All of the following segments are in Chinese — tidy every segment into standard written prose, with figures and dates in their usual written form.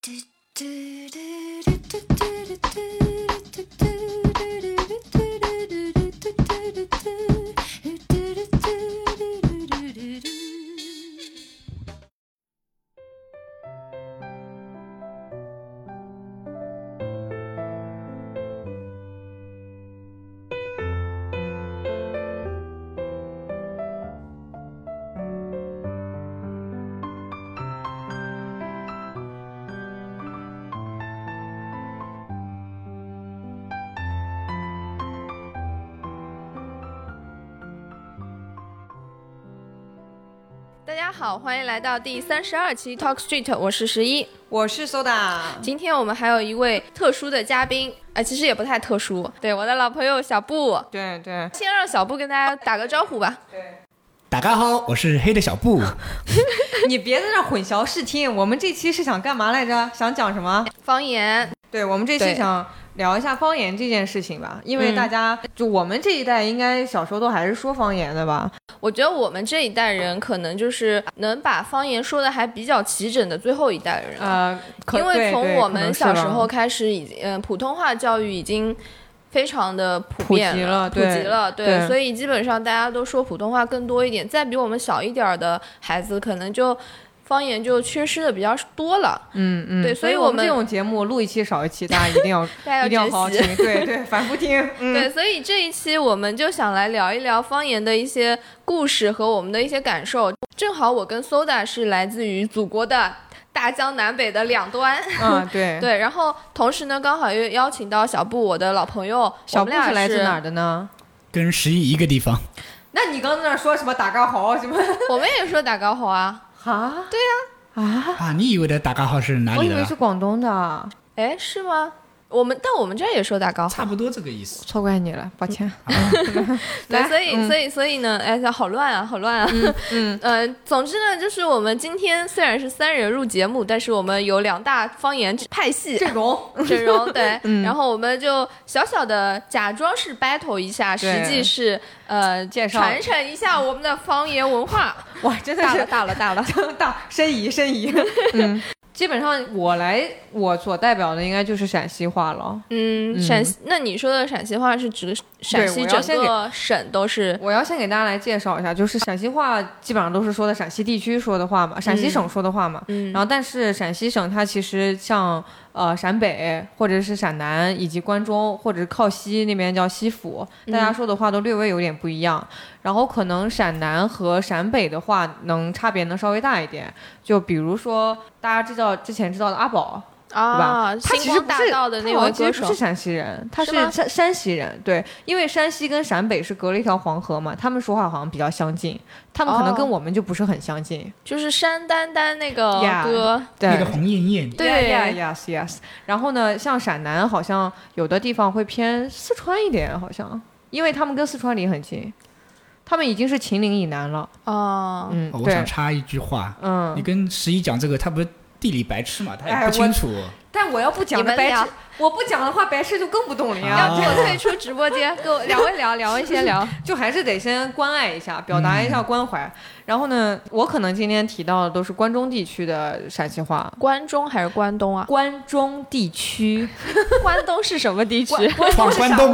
大家好，欢迎来到第32期 Talk Street， 我是11， 我是 Soda。 今天我们还有一位特殊的嘉宾，其实也不太特殊，对，我的老朋友小布。 对， 先让小布跟大家打个招呼吧。 对， 大家好，我是黑的小布。 你别在那混淆视听，我们这期是想干嘛来着？想讲什么？ 方言。 对，我们这期想聊一下方言这件事情吧，因为大家、就我们这一代应该小时候都还是说方言的吧。 我觉得我们这一代人可能就是能把方言说的还比较齐整的最后一代人因为从我们小时候开始普通话教育已经非常的普及了，对，所以基本上大家都说普通话更多一点，再比我们小一点的孩子可能就方言就缺失的比较多了。对，所以我们这种节目录一期少一期，大家一定要一定要好好听，对，反复听。 对，所以这一期我们就想来聊一聊方言的一些故事和我们的一些感受。正好我跟 Soda 是来自于祖国的大江南北的两端。 对对，然后同时呢，刚好又邀请到小布，我的老朋友。 小布是来自哪儿的呢？ 跟11一个地方。 那你刚才那说什么打高豪什么？ 我们也说打高豪啊。 啊？ 对啊！你以为的打高豪是哪里的？ 我以为是广东的。 哎，是吗？但我们这儿也说打高豪， 差不多这个意思。 错怪你了，抱歉。 对，所以呢，好乱啊。总之呢，就是我们今天虽然是3人录节目，但是我们有2大方言派系阵容， 对。然后我们就小小的假装是 battle 一下，实际是介绍传承一下我们的方言文化。 哇，真的是大了， 大申遗。基本上我所代表的应该就是陕西话了。 陕西，那你说的陕西话是指陕西整个省都是？ 我要先给大家来介绍一下，就是陕西话基本上都是说的陕西地区说的话嘛，陕西省说的话嘛。然后但是陕西省它其实像陕北或者是陕南以及关中或者是靠西那边叫西府，大家说的话都略微有点不一样。然后可能陕南和陕北的话差别能稍微大一点，就比如说大家之前知道的阿宝。对吧？他其实不是大道的那位歌手， 不是陕西人，他是山西人。对，因为山西跟陕北是隔了一条黄河嘛，他们说话好像比较相近，他们可能跟我们就不是很相近。 就是山丹丹那个歌， 对， 那个鸿雁雁， 对 ，yes。然后呢，像陕南好像有的地方会偏四川一点，好像，因为他们跟四川离很近。他们已经是秦岭以南了。 我想插一句话。你跟11讲这个，他不是地理白痴嘛，他也不清楚。 但我要不讲的白痴，我不讲的话，白痴就更不懂了呀。 要给我退出直播间，跟我两位聊一些聊， 就还是得先关爱一下，表达一下关怀。然后呢，我可能今天提到的都是关中地区的陕西话。 关中还是关东啊？ 关中地区。 关东是什么地区？ 闯关东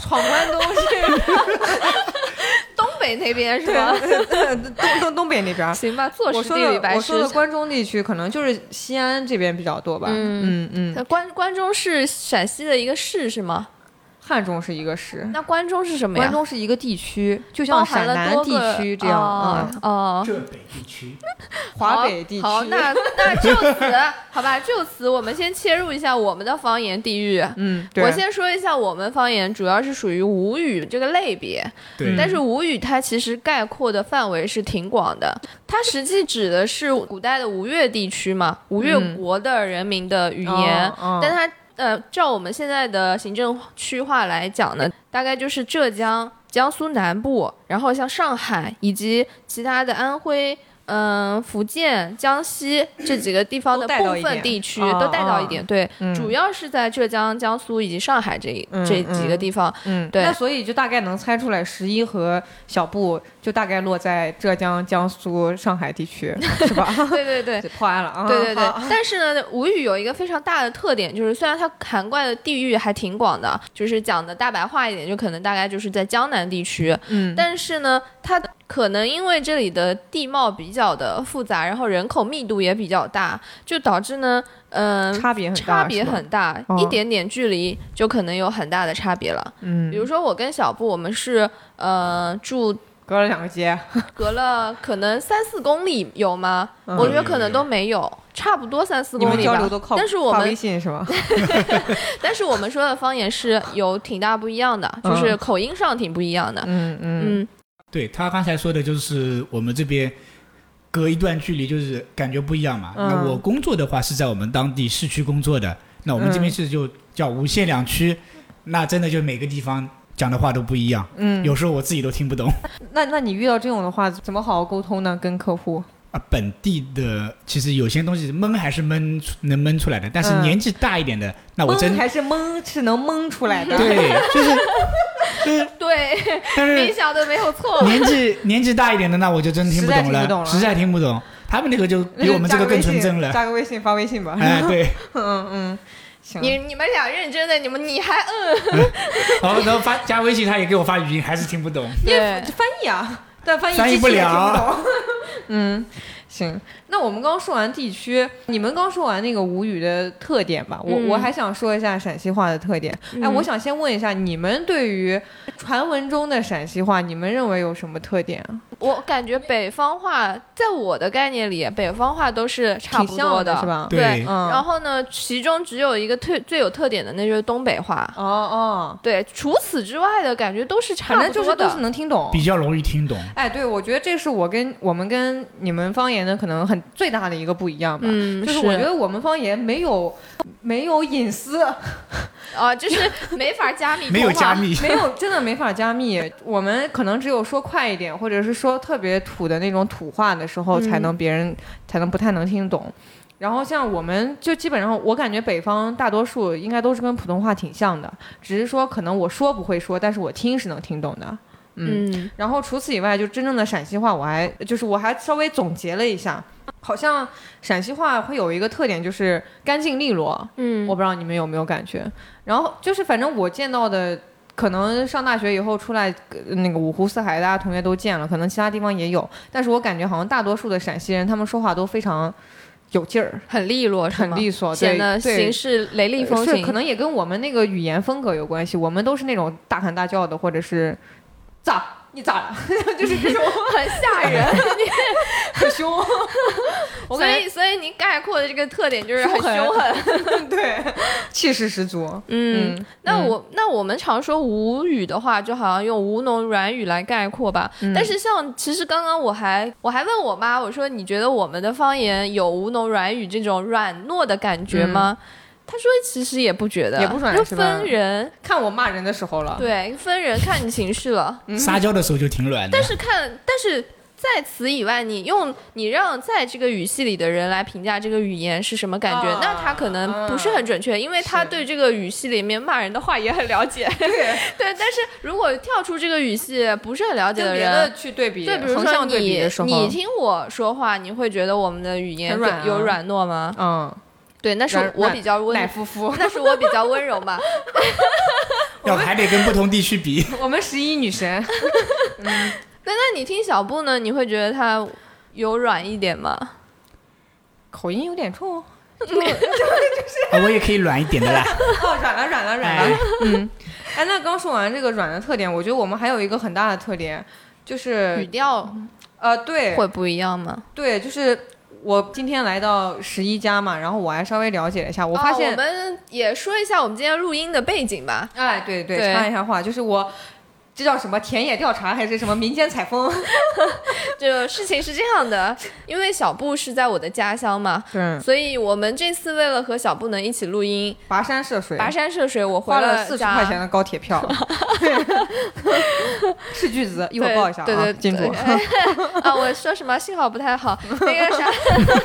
是东北那边是吧？ 东北那边。 行吧，坐实地理白痴。 我说的关中地区可能就是西安这边比较多吧。 关中是陕西的一个市是吗？ 汉中是一个市。 那关中是什么呀？ 关中是一个地区，就像陕南地区这样。 浙北地区， 华北地区。 好，那就此好吧，就此我们先切入一下我们的方言地域。 对。 我先说一下我们方言主要是属于吴语这个类别。 对。 但是吴语它其实概括的范围是挺广的，它实际指的是古代的吴越地区嘛，吴越国的人民的语言，但它照我们现在的行政区划来讲呢，大概就是浙江、江苏南部，然后像上海以及其他的安徽、 福建、江西这几个地方的部分地区都带到一点，对，主要是在浙江、江苏以及上海这几个地方，对。 那所以就大概能猜出来，11和小布就大概落在浙江、江苏、上海地区，是吧？ 对， 破案了啊！ 对。但是呢，吴语有一个非常大的特点，就是虽然它涵盖的地域还挺广的，就是讲的大白话一点，就可能大概就是在江南地区，但是呢，它可能因为这里的地貌比较的复杂，然后人口密度也比较大，就导致呢， 差别很大， 一点点距离就可能有很大的差别了。比如说我跟小布，我们是住隔了2个街， 隔了可能3-4公里有吗？我觉得可能都没有，差不多3-4公里吧。 你们交流都靠但是我们微信是吧？ 但是我们说的方言是有挺大不一样的，就是口音上挺不一样的。 对，他刚才说的就是我们这边隔一段距离就是感觉不一样嘛。那我工作的话是在我们当地市区工作的，那我们这边是就叫5县2区，那真的就每个地方讲的话都不一样，有时候我自己都听不懂。 那你遇到这种的话，怎么好好沟通呢？跟客户？ 本地的其实有些东西蒙还是能蒙出来的，但是年纪大一点的，那我真蒙还是蒙是能蒙出来的。 对，就是对， 但是你想的没有错。 年纪大一点的，那我就真听不懂了，实在听不懂。他们那个就比我们这个更纯正了。 加个微信发微信吧。 对。 行。你们俩认真的，你还然后加微信，他也给我发语音，还是听不懂。 对，翻译啊，但翻译不了。 行，那我们刚说完地区，你们刚说完那个吴语的特点吧，我还想说一下陕西话的特点。我想先问一下，你们对于传闻中的陕西话，你们认为有什么特点啊？ 我感觉北方话在我的概念里，北方话都是差不多的，是吧？ 对。 然后呢，其中只有一个最有特点的，那就是东北话。对，除此之外的感觉都是差不多的， 反正就是都是能听懂， 比较容易听懂。 对，我觉得这是我们跟你们方言的可能最大的一个不一样吧。就是我觉得我们方言没有隐私。 就是没法加密， 没有加密， 真的没法加密。我们可能只有说快一点，或者是说特别土的那种土话的时候，别人才能不太能听懂。然后像我们就基本上，我感觉北方大多数应该都是跟普通话挺像的，只是说可能我说不会说，但是我听是能听懂的。然后除此以外，就真正的陕西话，我还稍微总结了一下，好像陕西话会有一个特点，就是干净利落。我不知道你们有没有感觉。然后就是反正我见到的，可能上大学以后出来，那个五湖四海大家同学都见了，可能其他地方也有，但是我感觉好像大多数的陕西人，他们说话都非常有劲儿， 很利落， 很利索， 显得行事雷厉风行。 可能也跟我们那个语言风格有关系，我们都是那种大喊大叫的，或者是你咋了？就是这种很吓人， 很凶。 所以你概括的这个特点就是很凶狠， 对，气势十足。 那我们常说吴语的话，就好像用吴侬软语来概括吧。但是其实刚刚我还问我妈，我说你觉得我们的方言有吴侬软语这种软糯的感觉吗？他说其实也不觉得， 也不软， 就分人， 看我骂人的时候了。 对，分人，看你情绪了。 撒娇的时候就挺软的。 但是在此以外，你让在这个语系里的人来评价这个语言是什么感觉，那他可能不是很准确，因为他对这个语系里面骂人的话也很了解。对，但是如果跳出这个语系不是很了解的人去对比， 对，比如说你听我说话，你会觉得我们的语言有软糯吗？对，那是我比较奶夫妇， 那是我比较温柔嘛。 还得跟不同地区比。 我们11女神。 那你听小布呢？你会觉得他有软一点吗？ 口音有点重。 我也可以软一点的啦。 软了。那刚说完这个软的特点，我觉得我们还有一个很大的特点，就是语调。 对， 会不一样吗？ 对，就是我今天来到11家嘛，然后我还稍微了解了一下，我发现我们也说一下我们今天录音的背景吧。 对，插一下话，就是这叫什么田野调查还是什么民间采风？ 这事情是这样的，因为小布是在我的家乡嘛，所以我们这次为了和小布能一起录音， 跋山涉水， 我回了 40块钱的高铁票。 是句子，一会儿报一下啊， 对进度。 啊，我说什么信号不太好，那个啥。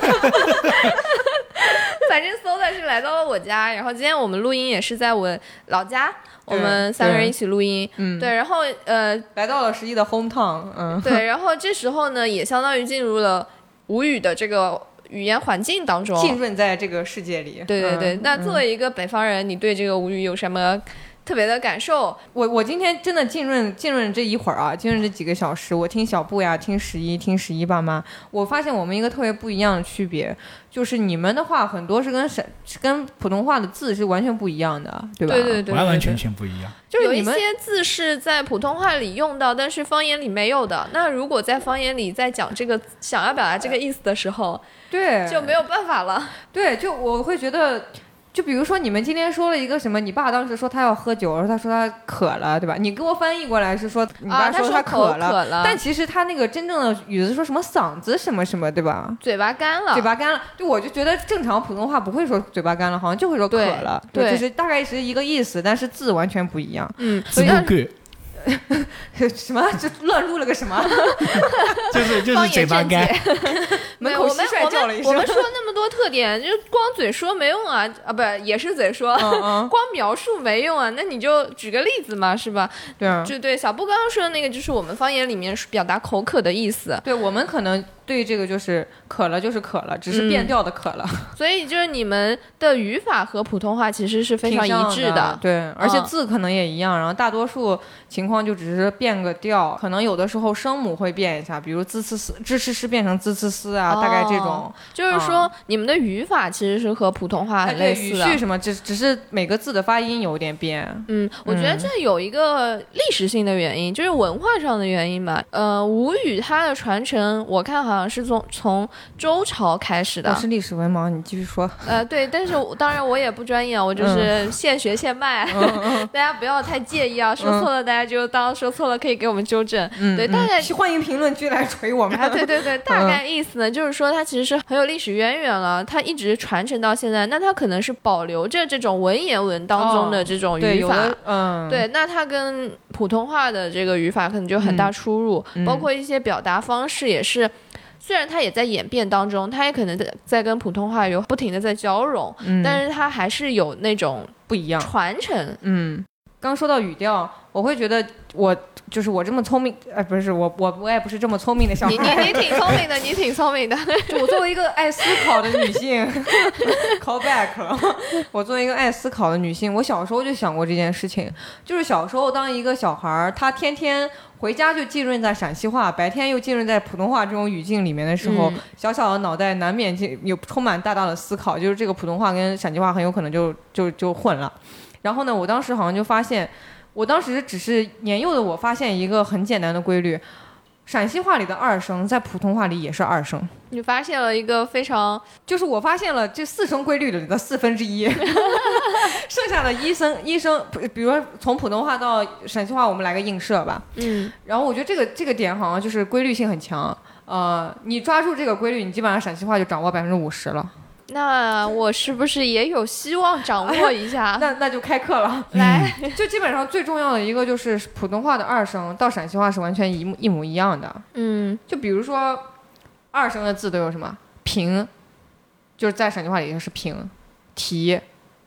反正搜的是来到了我家，然后今天我们录音也是在我老家，我们3个人一起录音，对，然后来到了11的 hometown， 对，然后这时候呢，也相当于进入了吴语的这个语言环境当中， 浸润在这个世界里。 对，那作为一个北方人，你对这个吴语有什么特别的感受？ 我今天真的浸润这一会儿啊，浸润这几个小时，我听小布呀，听11，听11爸妈，我发现我们一个特别不一样的区别，就是你们的话很多是跟普通话的字是完全不一样的，对吧？ 对， 完完全全不一样。 就是有一些字是在普通话里用到，但是方言里没有的。那如果在方言里在讲这个想要表达这个意思的时候， 对， 就没有办法了。 对，就我会觉得。就比如说你们今天说了一个什么，你爸当时说他要喝酒，他说他渴了，对吧？你给我翻译过来是说你爸说他渴了，但其实他那个真正的语子说什么嗓子什么什么，对吧？ 嘴巴干了， 对，我就觉得正常普通话不会说嘴巴干了，好像就会说渴了，对，就是大概是一个意思，但是字完全不一样。 所以什么就乱录了个什么就是嘴巴干。 门口蟋蟀叫了一声。 我们说那么多特点，就光嘴说没用啊，不也是嘴说，光描述没用啊，那你就举个例子嘛，是吧？ 对啊， 就对小布刚刚说的那个，就是我们方言里面表达口渴的意思。 对，我们可能对这个就是渴了就是渴了，只是变调的渴了。 所以就是你们的语法和普通话其实是非常一致的， 对，而且字可能也一样，然后大多数情况就只是变个调，可能有的时候声母会变一下，比如滋呲丝、支吃诗变成滋呲丝啊，大概这种。 就是说你们的语法其实是和普通话很类似的， 语序什么只是每个字的发音有点变。 我觉得这有一个历史性的原因，就是文化上的原因吧。吴语它的传承，我看好像是从周朝开始的。 我是历史文盲，你继续说。 对，但是当然我也不专业啊，我就是现学现卖，大家不要太介意啊，说错了大家就当说错了，可以给我们纠正。对，大概欢迎评论区来锤我们。 对，大概意思呢，就是说它其实是很有历史渊源了，它一直传承到现在，那它可能是保留着这种文言文当中的这种语法。对，那它跟普通话的这个语法可能就很大出入，包括一些表达方式也是。虽然它也在演变当中，它也可能在跟普通话有不停的在交融，但是它还是有那种不一样传承。 刚说到语调，我会觉得我这么聪明，不是我也不是这么聪明的小孩。 你挺聪明的，你挺聪明的。 就我作为一个爱思考的女性，call back。我作为一个爱思考的女性，我小时候就想过这件事情，就是小时候当一个小孩，他天天回家就浸润在陕西话，白天又浸润在普通话这种语境里面的时候，小小的脑袋难免有充满大大的思考，就是这个普通话跟陕西话很有可能就混了。然后呢，我当时好像就发现，我当时只是年幼的我发现一个很简单的规律，陕西话里的二声在普通话里也是二声。 你发现了一个非常， 就是我发现了这4声规律里的1/4，剩下的一声，比如说从普通话到陕西话，我们来个映射吧。然后我觉得这个点好像就是规律性很强。你抓住这个规律，你基本上陕西话就掌握50%了。 那我是不是也有希望掌握一下？ 那就开课了。来，就基本上最重要的一个就是普通话的二声到陕西话是完全一模一样的。就比如说二声的字都有什么？平，就是在陕西话里是平，提，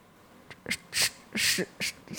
十。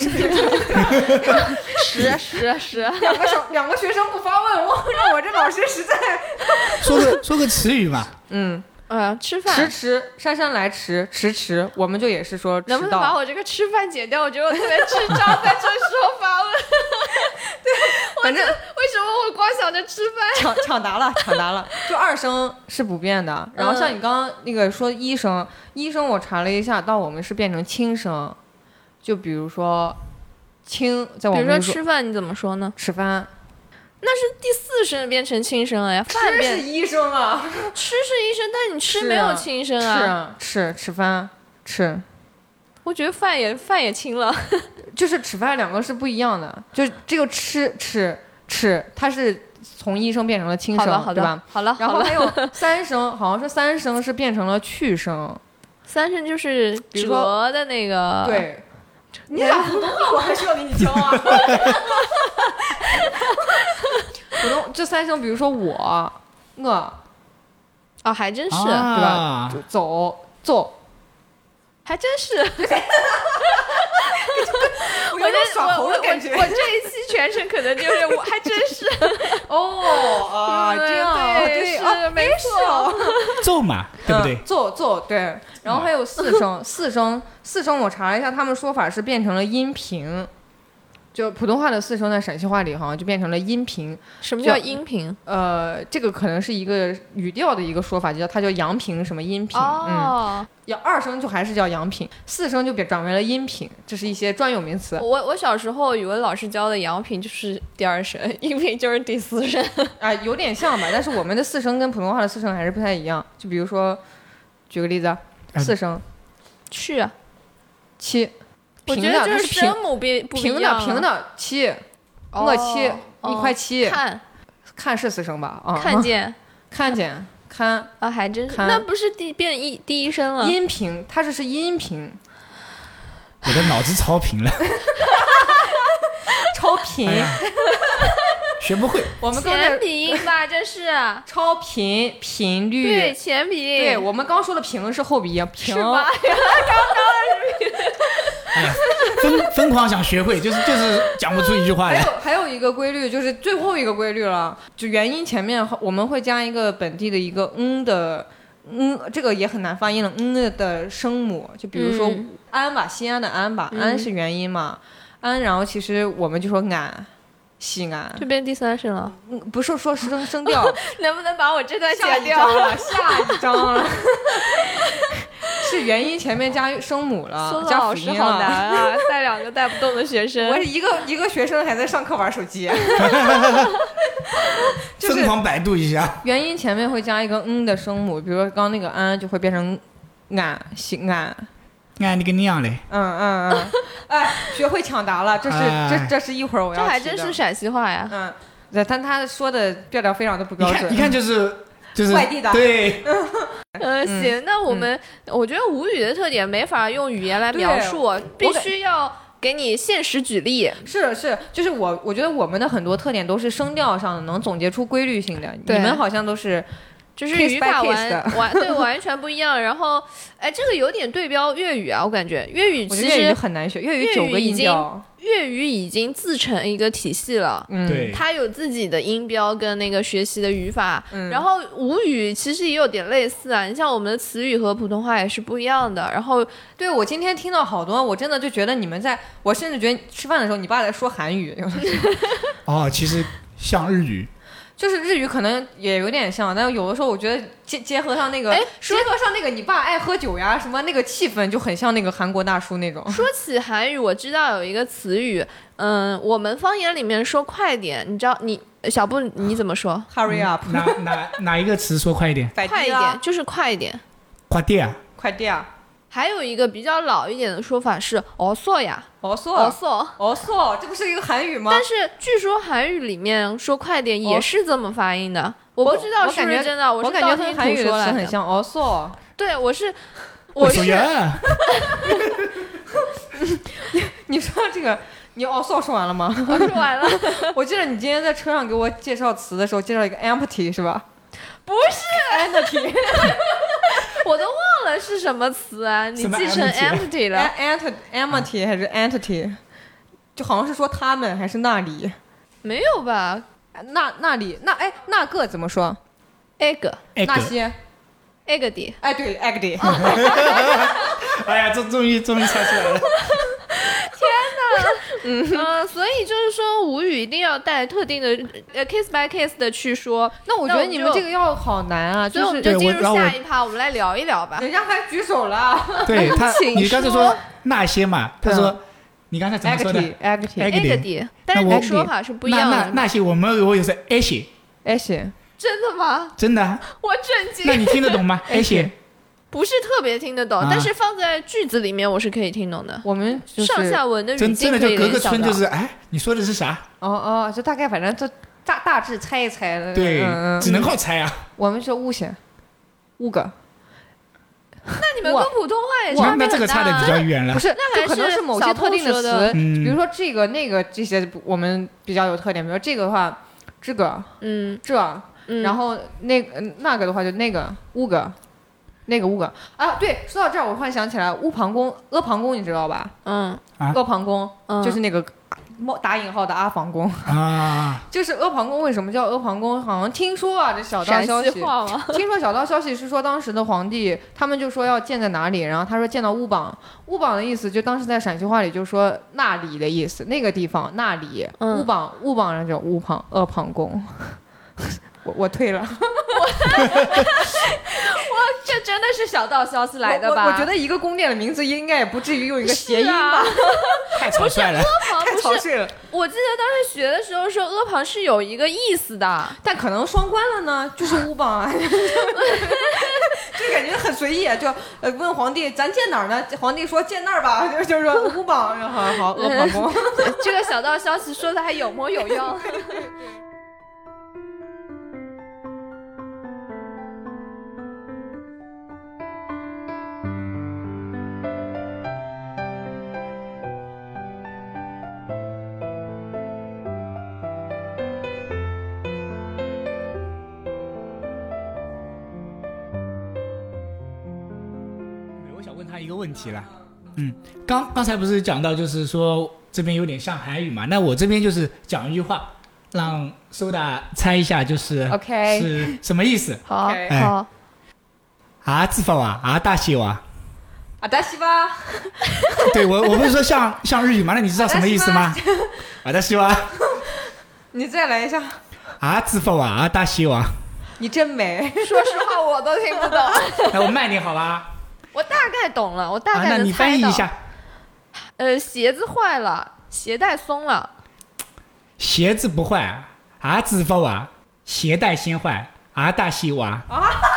两个学生不发问，让我这老师实在说个词语嘛。 吃饭， 迟，姗姗来迟，迟，我们就也是说迟到。 能不能把我这个吃饭剪掉？我觉得我特别智障，在这时候发问。对，反正为什么我光想着吃饭？ 抢答了，就二声是不变的。然后像你刚刚那个说一声，我查了一下，到我们是变成轻声。就比如说轻，在我们比如说吃饭你怎么说呢？ 吃饭。 那是第4声变成轻声了呀，饭变吃是一声啊， 吃是一声，但你吃没有轻声啊。 吃饭吃， 我觉得饭也轻了， 就是吃饭两个是不一样的，就这个吃，它是从一声变成了轻声，对吧？ 好了， 然后还有3声，好像是3声是变成了去声， 3声就是折的那个， 对。 你讲普通话我还需要给你教啊。普通这3声，比如说我还真是， 对吧？走还真是。 我有点耍猴的感觉。 我这一期全程可能就是我还真是。 这样对，是没错。 奏嘛，对不对？ 奏对。然后还有4声，四声我查了一下，他们说法是变成了音频。就普通话的4声在陕西话里好像就变成了音频。 什么叫音频？ 这个可能是一个语调的一个说法，它叫阳平什么音频。要2声就还是叫阳平，4声就转为了音频，这是一些专有名词。 我小时候语文老师教的阳平就是第2声，音频就是第4声。 有点像吧，但是我们的4声跟普通话的4声还是不太一样。就比如说，举个例子，4声， 去 7。 我觉得就是声母不一样。 平的7，我7，1块7。看是4声吧？ 看见看还真是。那不是变第一声了？ 音频，它这是音频。 我的脑子超频了。 超频。 学不会。 我们刚才前鼻音吧，这是超频频率。 对，前鼻音。 对，我们刚说的平是后鼻音，平。 是吧？原来刚刚的是。 疯狂想学会，就是讲不出一句话来。 还有一个规律，就是最后一个规律了，就元音前面我们会加一个本地的一个的这个也很难发音了的声母，就比如说安吧，西安的安吧，安是元音嘛，安，然后其实我们就说俺。西安就变第3声了。 不是说声调。 能不能把我这段剪掉？ 下一章了。是元音前面加声母了，加辅音了。 好难啊，带2个带不动的学生。 我是一个学生还在上课玩手机。就是疯狂百度一下。 元音前面会加一个的声母，比如说刚刚那个安就会变成俺西安。 按你个娘嘞！ 学会抢答了，这是一会儿我要提的。 这还真是陕西话呀。 对，但他说的调非常的不标准。 你看就是外地的。 对。 行，那我觉得吴语的特点没法用语言来描述，必须要给你现实举例。 是，就是我觉得我们的很多特点都是声调上的，能总结出规律性的。你们好像都是。 就是语法完全不一样，然后这个有点对标粤语啊，我感觉粤语其实很难学，粤语9个音调， 粤语已经自成一个体系了， 对， 它有自己的音标跟那个学习的语法，然后吴语其实也有点类似啊，你像我们的词语和普通话也是不一样的，然后对我今天听到好多，我真的就觉得我甚至觉得吃饭的时候你爸在说韩语。 其实像日语。 就是日语可能也有点像，但有的时候我觉得结合上那个，你爸爱喝酒呀，什么那个气氛就很像那个韩国大叔那种。 说起韩语，我知道有一个词语，我们方言里面说快点，你知道小布你怎么说 ？Hurry up。 哪一个词说快一点？ 快一点就是快一点。 快点啊！ 快点啊！ 还有一个比较老一点的说法是어서呀， 어서，这不是一个韩语吗？ 但是据说韩语里面说快点也是这么发音的，我不知道是不是真的， 我感觉跟韩语的词很像。어서， 对，我是。 你说这个，你어서说完了吗？ 我说完了。 我记得你今天在车上给我介绍词的时候，介绍一个 empty 是吧？ 不是 empty。 我都忘了是什么词啊！你记成 empty 了 empty 还是 entity？ 就好像是说他们还是那里？ 没有吧？ 那里那个怎么说 ？egg 那些 egg 的对 egg 的。 哎呀，终于猜出来了！ 天哪！所以就是说吴语一定要带特定的case by case 的去说。 那我觉得你们这个要好难啊！ 所以我们就进入下一趴，我们来聊一聊吧。 人家还举手了。 对你刚才说那些嘛，他说你刚才怎么说的 ？egg 的，但是你说法是不一样的。 那些我也是 a 些。 真的吗？ 真的。 我震惊。 那你听得懂吗 ？a 些。 不是特别听得懂，但是放在句子里面我是可以听懂的。 我们上下文的语境可以联想到。 真的就隔个村就是你说的是啥？ 就大概反正就大致猜一猜的。 对，只能靠猜啊。 我们说五个。 那你们跟普通话也差别很大。 那这个差的比较远了。 不是， 那就可能是某些特定的词，比如说这个、那个这些，我们比较有特点。比如说这个的话，这个，然后那个的话就那个乌个。那个乌个啊，对，说到这儿，我突然想起来，阿房宫你知道吧？阿房宫就是那个打引号的阿房宫啊，就是阿房宫为什么叫阿房宫？好像听说啊，这小道消息，听说小道消息是说当时的皇帝他们就说要建在哪里，然后他说建到乌榜的意思就当时在陕西话里就说那里的意思，那个地方那里，乌榜上叫阿房宫。我退了。 这真的是小道消息来的吧？ 我觉得一个宫殿的名字应该也不至于用一个谐音吧。 太草率了， 太草率了。 我记得当时学的时候说阿房是有一个意思的， 但可能双关了呢，就是乌榜啊。就感觉很随意，就问皇帝咱建哪儿呢？皇帝说建那儿吧，就是说乌榜，好阿房宫。 这个小道消息说的还有模有样。 一个问题了，刚才不是讲到就是说这边有点像韩语嘛，那我这边就是讲一句话，让苏打猜一下，就是是什么意思？ 好， 字法哇，大西哇， 大西哇。 对，我不是说像日语嘛，那你知道什么意思吗？大西哇。 你再来一下。 字法哇，大西哇。 你真美。 说实话，我都听不懂。 那我慢点好吧。 我大概懂了，我大概能猜到。 那你翻译一下。 鞋子坏了，鞋带松了。 鞋子不坏，字法哇，鞋带先坏，大西哇。 你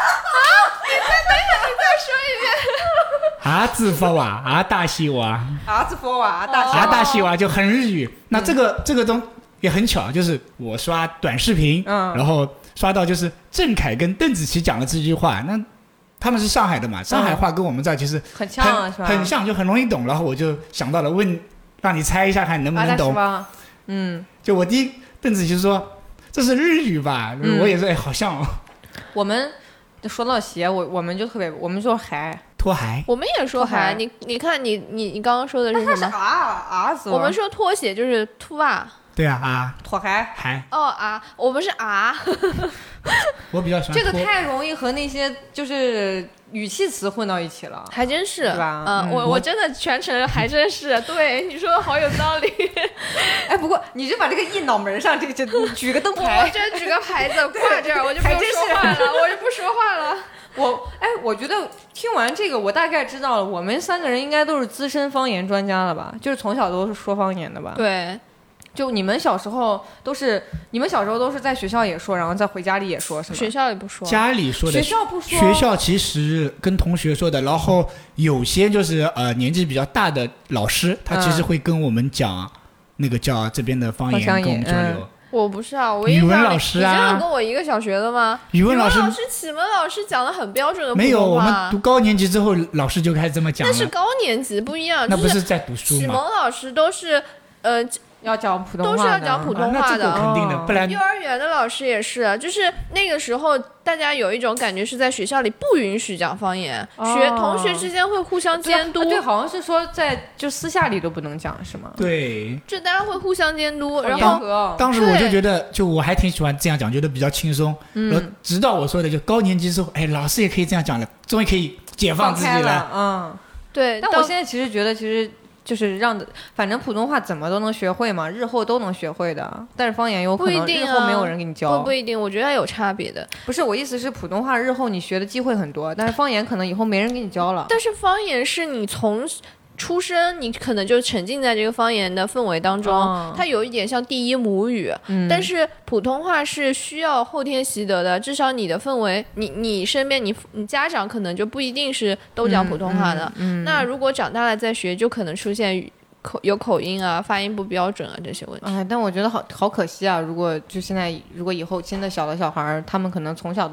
再说一遍。 字法哇，大西哇。 字法哇， 大西哇就很日语。那这个东也很巧，就是我刷短视频，然后刷到就是郑恺跟邓紫棋讲了这句话，那。他们是上海的嘛，上海话跟我们这其实很像，是吧？ 很像，就很容易懂。然后我就想到了让你猜一下，看你能不能懂。就我第一邓紫棋说这是日语吧，我也说好像哦。 我们说到鞋，我们就特别，我们说鞋， 拖鞋。 我们也说鞋。你看你刚刚说的是什么？ 字。 我们说拖鞋就是拖啊。 对啊， 拖鞋。 我们是我比较喜欢这个太容易和那些就是语气词混到一起了， 还真是， 对吧？ 我真的全程还真是，对你说的好有道理。 哎，不过你就把这个印脑门上，这举个灯牌， 我这举个牌子挂这儿，我就不说话了，我就不说话了。 我觉得听完这个，我大概知道了，我们三个人应该都是资深方言专家了吧？就是从小都是说方言的吧？ 对。 就你们小时候都是在学校也说，然后再回家里也说，是吗？ 学校里不说， 家里说的， 学校不说。 学校其实跟同学说的，然后有些就是年纪比较大的老师，他其实会跟我们讲那个叫这边的方言，跟我们交流。 我不是啊，我语文老师啊， 你真的跟我一个小学的吗？ 语文老师、 启蒙老师讲的很标准的普通话。 没有，我们读高年级之后，老师就开始这么讲了。 那是高年级不一样， 那不是在读书吗？ 启蒙老师都是要讲普通话的， 都是要讲普通话的， 那这个肯定的，不然幼儿园的老师也是，就是那个时候大家有一种感觉是在学校里不允许讲方言，同学之间会互相监督。 对，好像是说就私下里都不能讲，是吗？ 对， 就大家会互相监督。然后当时我就觉得，就我还挺喜欢这样讲，觉得比较轻松。直到我说的就高年级之后，哎，老师也可以这样讲了，终于可以解放自己了。 对。 但我现在其实觉得，就是反正普通话怎么都能学会嘛，日后都能学会的。但是方言有可能日后没有人给你教， 不一定，我觉得有差别的。 不是，我意思是普通话日后你学的机会很多，但是方言可能以后没人给你教了。 但是方言是你从出生你可能就沉浸在这个方言的氛围当中，它有一点像第一母语，但是普通话是需要后天习得的，至少你的氛围，你身边你家长可能就不一定是都讲普通话的，那如果长大了再学，就可能出现有口音啊、发音不标准啊这些问题。 哎，但我觉得好可惜啊！如果以后新的小的小孩，他们可能从小都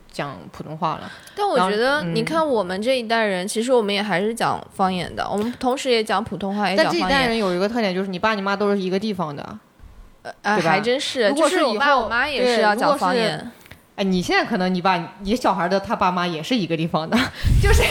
讲普通话了。 但我觉得，你看我们这一代人，其实我们也还是讲方言的，我们同时也讲普通话，也讲方言。 但这一代人有一个特点，就是你爸你妈都是一个地方的， 还真是。就是我爸我妈也是要讲方言。 哎，你现在可能你小孩的他爸妈也是一个地方的，就是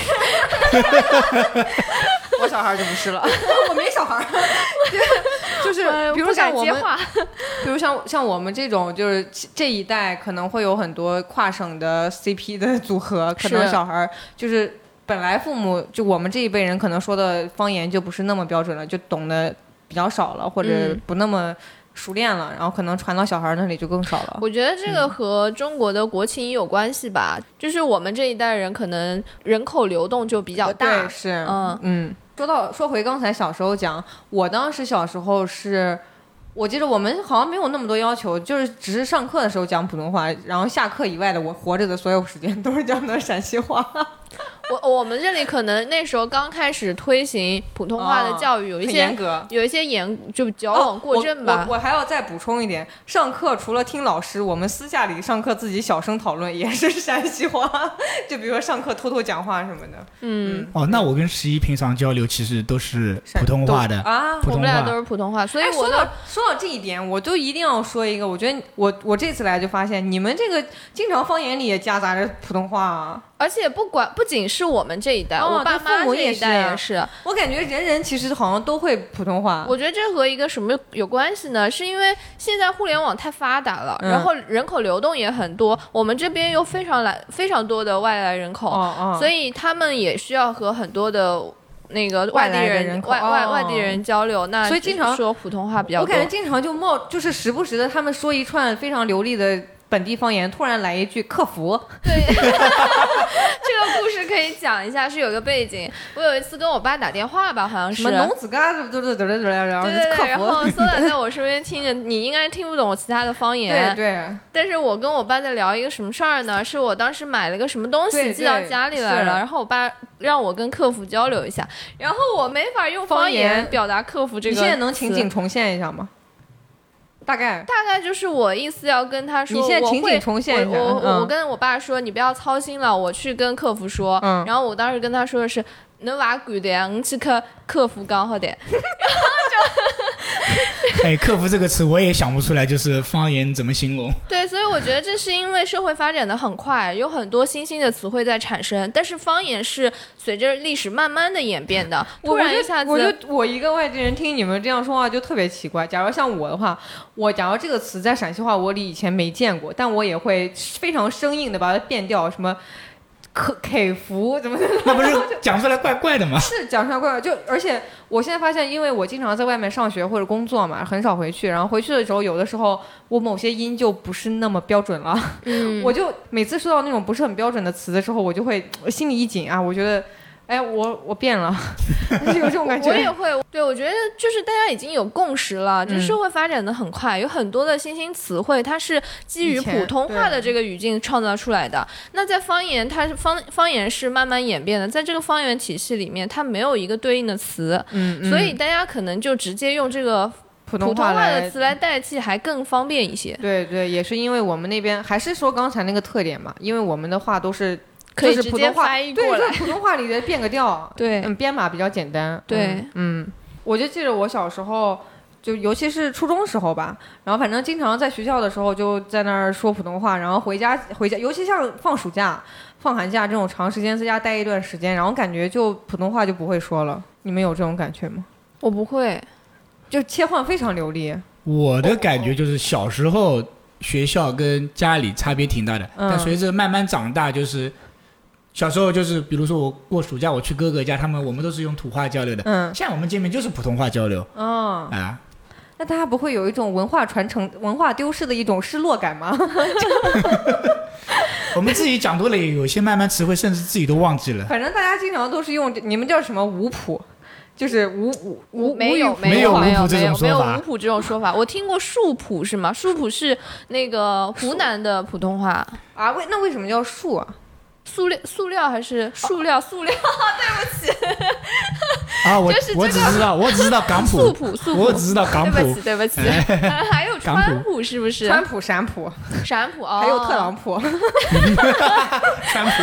我小孩就不是了，我没小孩。就是比如像我们，比如像我们这种，就是这一代可能会有很多跨省的 CP 的组合，可能小孩就是本来父母就我们这一辈人可能说的方言就不是那么标准了，就懂得比较少了，或者不那么熟练了，然后可能传到小孩那里就更少了。 我觉得这个和中国的国情有关系吧，就是我们这一代人可能人口流动就比较大。 对，是，说回刚才小时候讲，我当时小时候我记得我们好像没有那么多要求，就是只是上课的时候讲普通话，然后下课以外的我活着的所有时间都是讲的陕西话。 我们这里可能那时候刚开始推行普通话的教育，有一些严格， 有一些就矫枉过正吧。 我还要再补充一点，上课除了听老师，我们私下里上课自己小声讨论也是陕西话，就比如说上课偷偷讲话什么的。 那我跟11平常交流其实都是普通话的啊， 我们俩都是普通话，所以说到这一点，我就一定要说一个，我觉得我这次来就发现，你们这个经常方言里也夹杂着普通话啊。 而且不仅是我们这一代，我爸妈这一代也是。 我感觉人其实好像都会普通话。 我觉得这和一个什么有关系呢？是因为现在互联网太发达了，然后人口流动也很多，我们这边又非常多的外来人口，所以他们也需要和很多的那个外地人外地人交流，那所以经常说普通话比较多。 我感觉经常就是时不时的他们说一串非常流利的本地方言，突然来一句客服。 对，这个故事可以讲一下，是有个背景。我有一次跟我爸打电话吧，好像是什么农子嘎，然后客服， 然后搜仔在我身边听着，你应该听不懂其他的方言。 对。 但是我跟我爸在聊一个什么事儿呢？是我当时买了个什么东西寄到家里来了，然后我爸让我跟客服交流一下，然后我没法用方言表达客服这个词。 你现在能情景重现一下吗？大概就是我意思要跟他说， 你现在情景重现一下。 我跟我爸说，你不要操心了，我去跟客服说。然后我当时跟他说的是，侬娃管的呀，你去跟客服讲好的。然后就，客服这个词我也想不出来，就是方言怎么形容？ 对，所以我觉得这是因为社会发展的很快，有很多新兴的词汇在产生，但是方言是随着历史慢慢的演变的。突然一下子， 我一个外地人听你们这样说话就特别奇怪。假如像我的话，假如这个词在陕西话我里以前没见过，但我也会非常生硬的把它变掉，什么客服怎么的， 那不是讲出来怪怪的吗？ 是讲出来怪怪，而且我现在发现，因为我经常在外面上学或者工作嘛，很少回去，然后回去的时候，有的时候我某些音就不是那么标准了，我就每次说到那种不是很标准的词的时候，我就会心里一紧啊，我觉得。我变了，有这种感觉。 我也会，对，我觉得就是大家已经有共识了，就社会发展的很快，有很多的新兴词汇，它是基于普通话的这个语境创造出来的。那在方言，它方言是慢慢演变的，在这个方言体系里面，它没有一个对应的词，所以大家可能就直接用这个普通话的词来代替，还更方便一些。 对，也是因为我们那边还是说刚才那个特点嘛，因为我们的话都是。 可以直接翻译过来， 对，普通话里的变个调， 对， 编码比较简单， 对， 我就记得我小时候，就尤其是初中时候吧，然后反正经常在学校的时候就在那儿说普通话，然后回家，尤其像放暑假、放寒假这种长时间在家待一段时间，然后感觉就普通话就不会说了。你们有这种感觉吗？ 我不会， 就切换非常流利。 我的感觉就是小时候学校跟家里差别挺大的，但随着慢慢长大，就是小时候就是比如说我过暑假我去哥哥家，我们都是用土话交流的，现在我们见面就是普通话交流。 那大家不会有一种文化传承、文化丢失的一种失落感吗？ 我们自己讲多了，有些慢慢词汇甚至自己都忘记了。 反正大家经常都是用你们叫什么吴谱，就是没有吴谱这种说法， 没有吴谱这种说法。我听过树谱是吗？树谱是那个湖南的普通话啊。那为什么叫树啊？ 塑料还是塑料？对不起。 啊，我只知道港普，我只知道港普。 对不起。还有川普是不是？ 川普、陕普哦， 还有特朗普。 川普。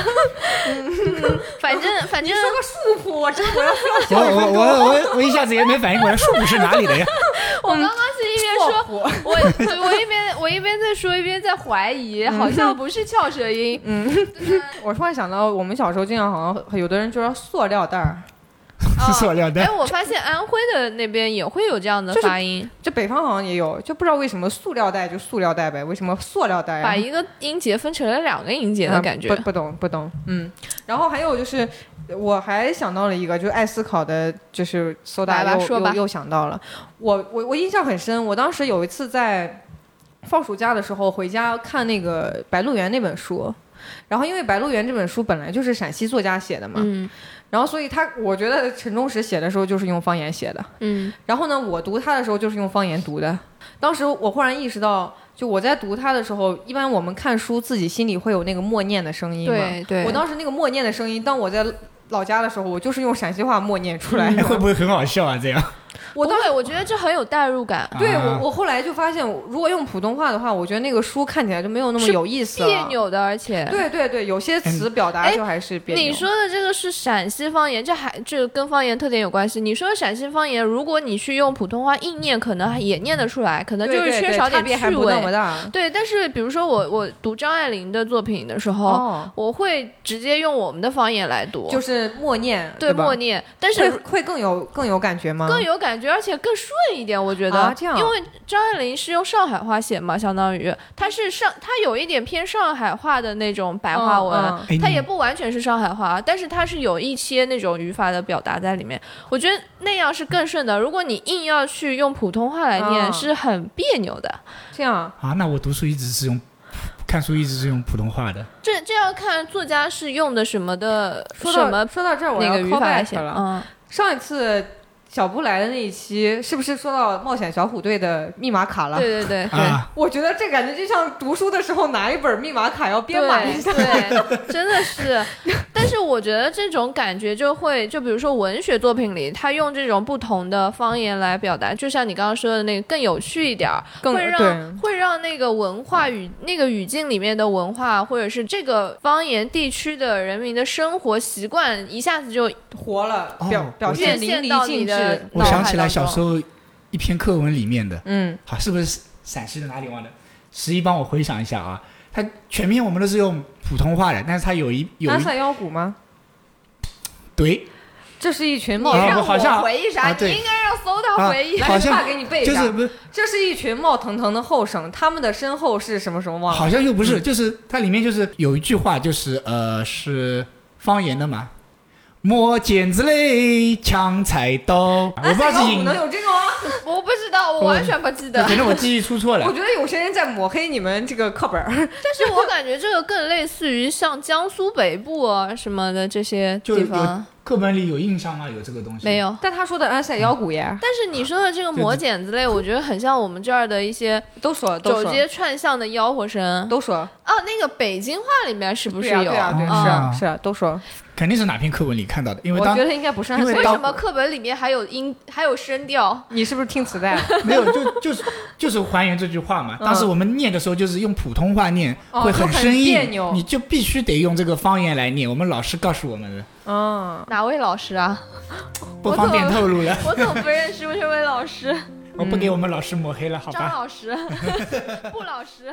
反正你说个树普，我要我一下子也没反应过来，树普是哪里的呀？ 我刚刚是一边说，我一边在说一边在怀疑，好像不是翘舌音。 我突然想到，我们小时候经常好像有的人就说塑料袋儿。 塑料袋。 我发现安徽的那边也会有这样的发音， 就北方好像也有，就不知道为什么塑料袋就塑料袋呗，为什么塑料袋把一个音节分成了2个音节的感觉。 不懂。然后还有就是，我还想到了一个，就是爱思考的，就是搜大又想到了。我印象很深，我当时有一次在放暑假的时候回家看那个《白鹿原》那本书，然后因为《白鹿原》这本书本来就是陕西作家写的嘛。然后，所以我觉得陈忠实写的时候就是用方言写的。然后呢，我读他的时候就是用方言读的。当时我忽然意识到，就我在读他的时候，一般我们看书自己心里会有那个默念的声音嘛。 对。 我当时那个默念的声音，当我在老家的时候，我就是用陕西话默念出来。 会不会很好笑啊？这样？ 我觉得这很有代入感。 对，我后来就发现，如果用普通话的话，我觉得那个书看起来就没有那么有意思了， 别扭的，而且对，有些词表达就还是别扭。 你说的这个是陕西方言，这跟方言特点有关系。你说的陕西方言，如果你去用普通话硬念，可能也念得出来，可能就是缺少点趣味。对，但是比如说我读张爱玲的作品的时候，我会直接用我们的方言来读， 就是默念， 对，默念，但是会更有感觉吗？ 更有感觉，而且更顺一点，我觉得。 这样。 因为张爱玲是用上海话写嘛，相当于她有一点偏上海话的那种白话文，它也不完全是上海话，但是它是有一些那种语法的表达在里面。我觉得那样是更顺的。如果你硬要去用普通话来念，是很别扭的。 这样啊？那我读书看书一直是用普通话的。 这要看作家是用的什么的。 说到这儿，我要 call back 了。上一次小布来的那一期，是不是说到冒险小虎队的密码卡了？ 对。 我觉得这感觉就像读书的时候拿一本密码卡要编码一下。 对，真的是。但是我觉得这种感觉就比如说文学作品里，他用这种不同的方言来表达，就像你刚刚说的那个更有趣一点，会让那个文化那个语境里面的文化，或者是这个方言地区的人民的生活习惯，一下子就活了，表现淋漓尽致。 我想起来小时候一篇课文里面的，好，是不是陕西的哪里忘了？十一帮我回想一下啊，他全篇我们都是用普通话的，但是他有安塞腰鼓吗？ 对， 这是一群你让我回忆啥？你应该让搜他回忆。 来，爸给你背一下。 就是这是一群冒腾腾的后生，他们的身后是什么什么忘了？ 好像又不是，就是它里面就是有一句话，就是是方言的嘛。磨剪子嘞，抢菜刀。我不知道是能有这个吗？ 我不知道，我完全不记得。 可能我记忆出错了。 我觉得有些人在抹黑你们这个课本。 但是我感觉这个更类似于像江苏北部啊什么的这些地方。 课本里有印象吗？有这个东西？ 没有。 但他说的安塞腰鼓耶。 但是你说的这个磨剪子类，我觉得很像我们这儿的一些走街串巷的吆喝声。 都说。 那个北京话里面是不是有？ 对是啊，都说。 肯定是哪篇课文里看到的，因为我觉得应该不是。 为什么课本里面还有声调？ 你是不是听磁带？ 没有，就是还原这句话嘛。当时我们念的时候就是用普通话念，会很生硬，你就必须得用这个方言来念。我们老师告诉我们的。 哪位老师啊？ 不方便透露了。 我怎么不认识这位老师？ 我不给我们老师抹黑了，好吧？ 张老师，布老师。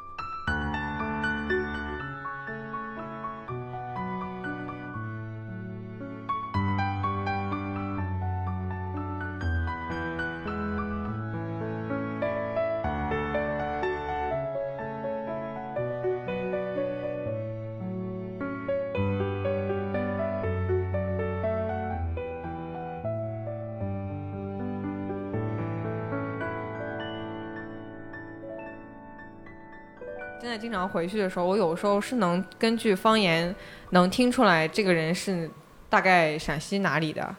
现在经常回去的时候，我有时候是能根据方言能听出来这个人是大概陕西哪里的，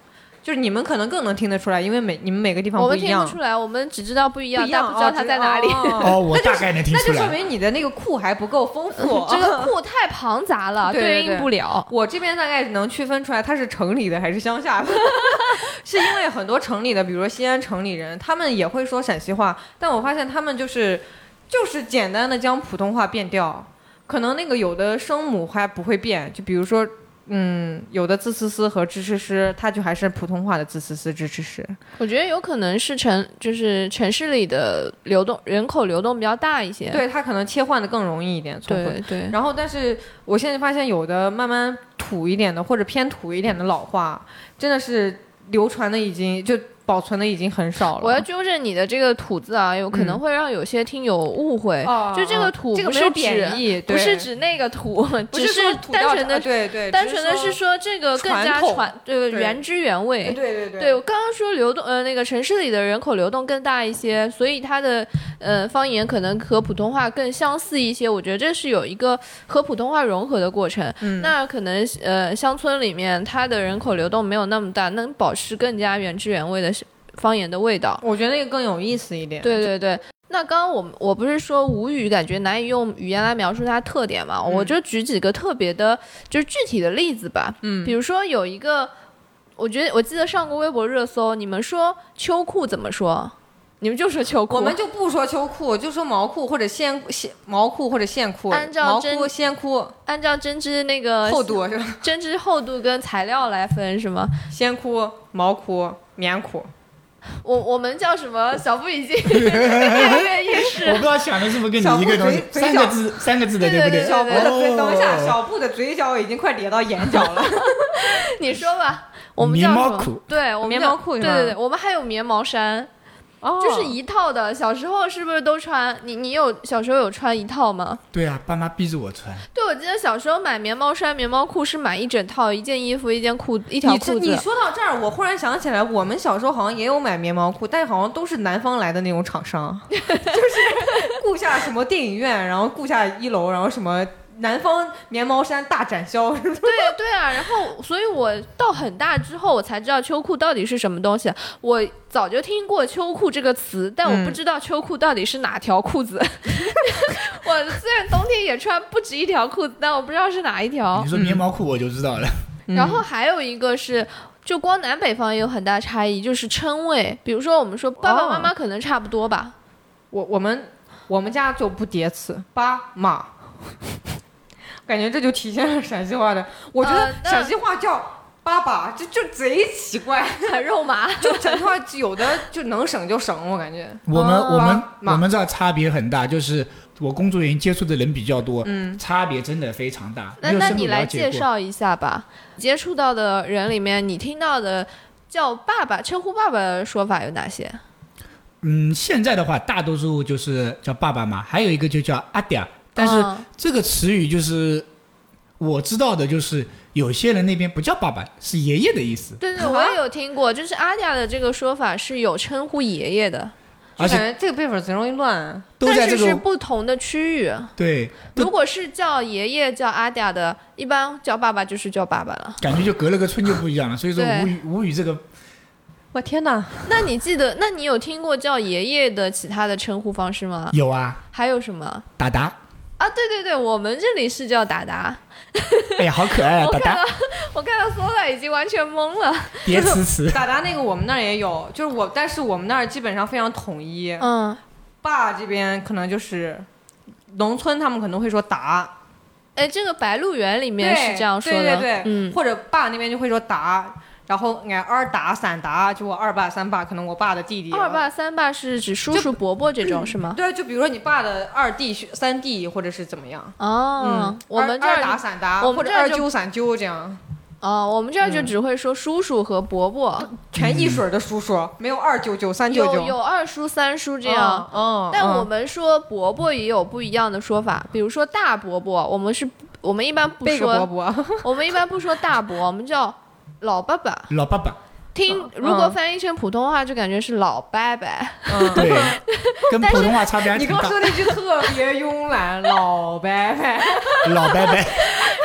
就是你们可能更能听得出来，因为你们每个地方不一样。 我们听不出来，我们只知道不一样，但不知道它在哪里。 我大概能听出来。 那就说明你的那个库还不够丰富， 这个库太庞杂了，对应不了。 我这边大概能区分出来它是城里的还是乡下的，是因为很多城里的，比如说西安城里人，他们也会说陕西话，但我发现他们就是简单的将普通话变调，可能那个有的声母还不会变，就比如说。有的字词思和支持诗，它就还是普通话的字词思支持诗。 我觉得有可能是就是城市里的人口流动比较大一些， 对，它可能切换的更容易一点。 对。 然后，但是我现在发现有的慢慢土一点的或者偏土一点的老话，真的是流传的已经就。保存的已经很少了。 我要纠正你的这个土字啊，有可能会让有些听友误会。就这个土不是不是指那个土，只是单纯的单纯的是说这个更加原汁原味。对，我刚刚说流动那个城市里的人口流动更大一些，所以它的方言可能和普通话更相似一些。我觉得这是有一个和普通话融合的过程。那可能乡村里面它的人口流动没有那么大，能保持更加原汁原味的方言的味道， 我觉得那个更有意思一点。 对。那刚刚我不是说吴语感觉难以用语言来描述它的特点嘛？我就举几个特别的，就是具体的例子吧。比如说有一个，我记得上过微博热搜，你们说秋裤怎么说？你们就说秋裤， 我们就不说秋裤，就说毛裤或者毛裤或者线裤。 按照毛裤、线裤， 按照针织那个厚度是吧？ 针织厚度跟材料来分是吗？ 线裤、毛裤、棉裤。 我们叫什么？小布已经跃跃欲试。 我不知道想的是不是跟你一个东西，三个字的，对不对？ 小布的嘴，等一下，小布的嘴角已经快咧到眼角了。 你说吧，我们叫什么？ 棉毛裤。 对，我们棉毛裤。 对，我们还有棉毛衫。就是一套的。小时候是不是都穿？你小时候有穿一套吗？ 对啊，爸妈逼着我穿。 对，我记得小时候买棉毛衫、棉毛裤是买一整套，一件衣服、一件裤、一条裤子。 你说到这儿，我忽然想起来，我们小时候好像也有买棉毛裤，但好像都是南方来的那种厂商，就是顾下什么电影院，然后顾下1楼，然后什么。南方棉毛衫大展销。 对啊，然后所以我到很大之后我才知道秋裤到底是什么东西。我早就听过秋裤这个词，但我不知道秋裤到底是哪条裤子。我虽然冬天也穿不止一条裤子，但我不知道是哪一条。 你说棉毛裤我就知道了。 然后还有一个是就光南北方也有很大差异，就是称谓。比如说我们说爸爸妈妈可能差不多吧。 我们家就不叠词，爸妈。感觉这就体现了陕西话的，我觉得陕西话叫爸爸就贼奇怪， 很肉麻。 就陕西话有的就能省就省，我感觉。 我们这儿差别很大，就是我工作原因接触的人比较多，差别真的非常大。 那你来介绍一下吧，接触到的人里面，你听到的叫爸爸称呼爸爸的说法有哪些？ 现在的话，大多数就是叫爸爸嘛，还有一个就叫阿爹。但是这个词语就是我知道的，就是有些人那边不叫爸爸，是爷爷的意思。 对，我也有听过，就是阿嗲的这个说法是有称呼爷爷的， 而且这个辈分贼容易乱， 但是是不同的区域。 对， 如果是叫爷爷叫阿嗲的，一般叫爸爸就是叫爸爸了， 感觉就隔了个村就不一样了。所以说吴语这个， 我天哪！ 那你有听过叫爷爷的其他的称呼方式吗？ 有啊。 还有什么？ 达达。 啊，对，我们这里是叫达达。 哎呀，好可爱啊！达达， 我看到说了已经完全懵了。 叠词达达那个我们那儿也有，就是但是我们那儿基本上非常统一。爸这边可能就是农村，他们可能会说达。 哎，这个白鹿原里面是这样说的。 对，或者爸那边就会说达。然后俺二达三达，就我二爸三爸，可能我爸的弟弟。 二爸三爸是指叔叔伯伯这种是吗？ 对，就比如说你爸的二弟三弟，或者是怎么样。 我们这儿二达三达，或者二舅三舅这样。 我们这儿就只会说叔叔和伯伯， 全一水的叔叔，没有二舅舅、三舅舅。 有二叔、三叔这样。但我们说伯伯也有不一样的说法，比如说大伯伯，我们一般不说伯伯， 我们一般不说大伯，我们叫老爸爸。 老爸爸。 如果翻译成普通话就感觉是老伯伯。 对，跟普通话差别还挺大。 你跟我说那句特别慵懒，老伯伯。 老伯伯。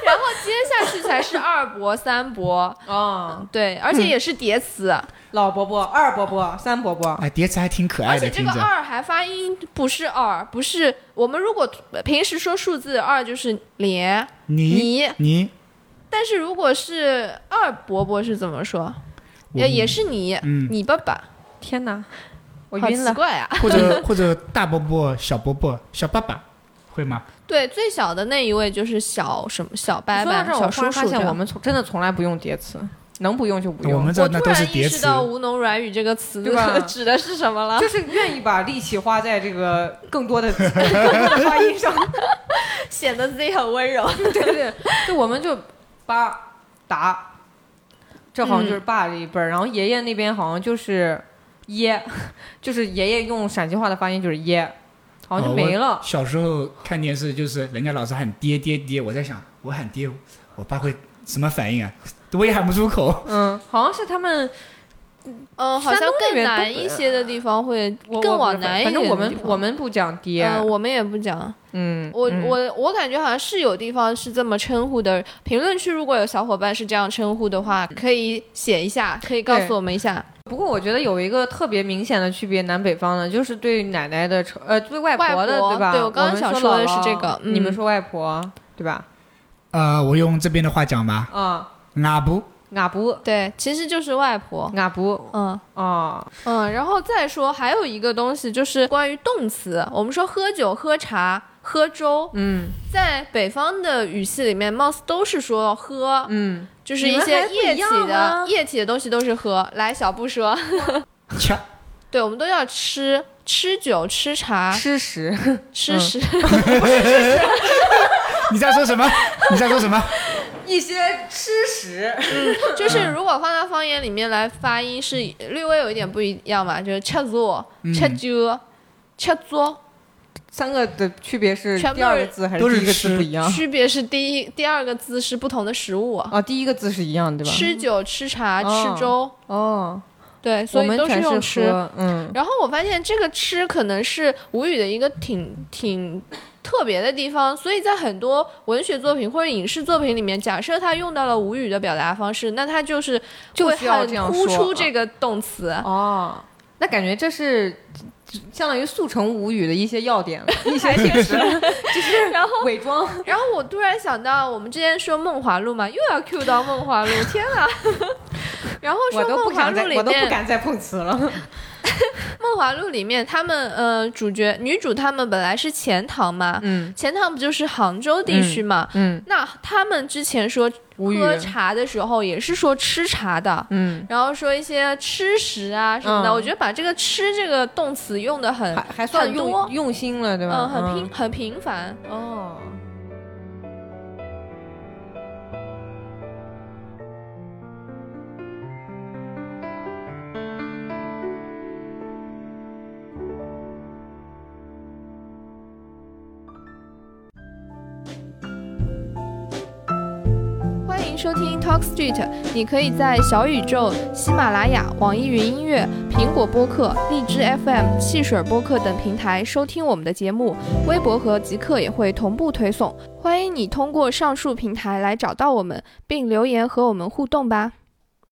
然后接下去才是二伯、三伯。对，而且也是叠词。 老伯伯、二伯伯、三伯伯。 哎，叠词还挺可爱的。 而且这个二还发音不是二，不是我们如果平时说数字二就是连你。但是如果是二伯伯是怎么说？也是你爸爸。 天哪，我晕了。 好奇怪啊！ 或者大伯伯、小伯伯、小爸爸，会吗？ 对，最小的那一位就是小伯伯、小叔叔。 我发现我们真的从来不用叠词，能不用就不用。 我突然意识到吴侬软语这个词指的是什么了， 就是愿意把力气花在这个更多的发音上， 显得自己很温柔。 对，就我们就爸打，这好像就是爸这一辈儿，然后爷爷那边好像就是耶，就是爷爷用陕西话的发音就是耶，好像就没了。 小时候看电视就是人家老是喊爹爹爹，我在想我喊爹，我爸会什么反应啊？我也喊不出口。 好像是他们， 好像更难一些的地方会更往南一点。 反正我们不讲爹， 我们也不讲。我感觉好像是有地方是这么称呼的。评论区如果有小伙伴是这样称呼的话，可以写一下，可以告诉我们一下。 不过我觉得有一个特别明显的区别，南北方的，就是对奶奶的对外婆的，对吧？ 对，我刚刚想说的是这个。 你们说外婆，对吧？ 我用这边的话讲吧。 阿布， 对，其实就是外婆。 阿布， 然后再说还有一个东西，就是关于动词。我们说喝酒、喝茶、喝粥，在北方的语系里面，貌似都是说喝，就是一些液体的东西都是喝。来，小布说，对，我们都要吃酒、吃茶、 吃食。 你在说什么？ 一些吃食， 就是如果放到方言里面来发音是略微有一点不一样嘛，就是吃做、吃酒、吃做， 三个的区别是第二个字还是第一个字不一样？ 区别是第二个字是不同的食物第一个字是一样对吧？ 吃酒、吃茶、吃粥。对，所以都是用吃。然后我发现这个吃可能是吴语的一个挺特别的地方，所以在很多文学作品或者影视作品里面，假设他用到了吴语的表达方式，那他就是会很突出这个动词。 那感觉这是相当于速成吴语的一些要点了，一些形式，就是然后伪装。 然后我突然想到，我们之前说梦华录嘛，又要 cue 到梦华录，天啊！然后说梦华录里面， 我都不敢再碰瓷了。 梦华录里面，他们女主他们本来是钱塘嘛，钱塘不就是杭州地区嘛，那他们之前说喝茶的时候也是说吃茶的，然后说一些吃食啊什么的，我觉得把这个吃这个动词用的还算用心了，对吧？ 很频繁。欢迎收听 Talk Street， 你可以在小宇宙、喜马拉雅、网易云音乐、苹果播客、荔枝 FM、汽水播客等平台收听我们的节目，微博和极客也会同步推送。欢迎你通过上述平台来找到我们，并留言和我们互动吧。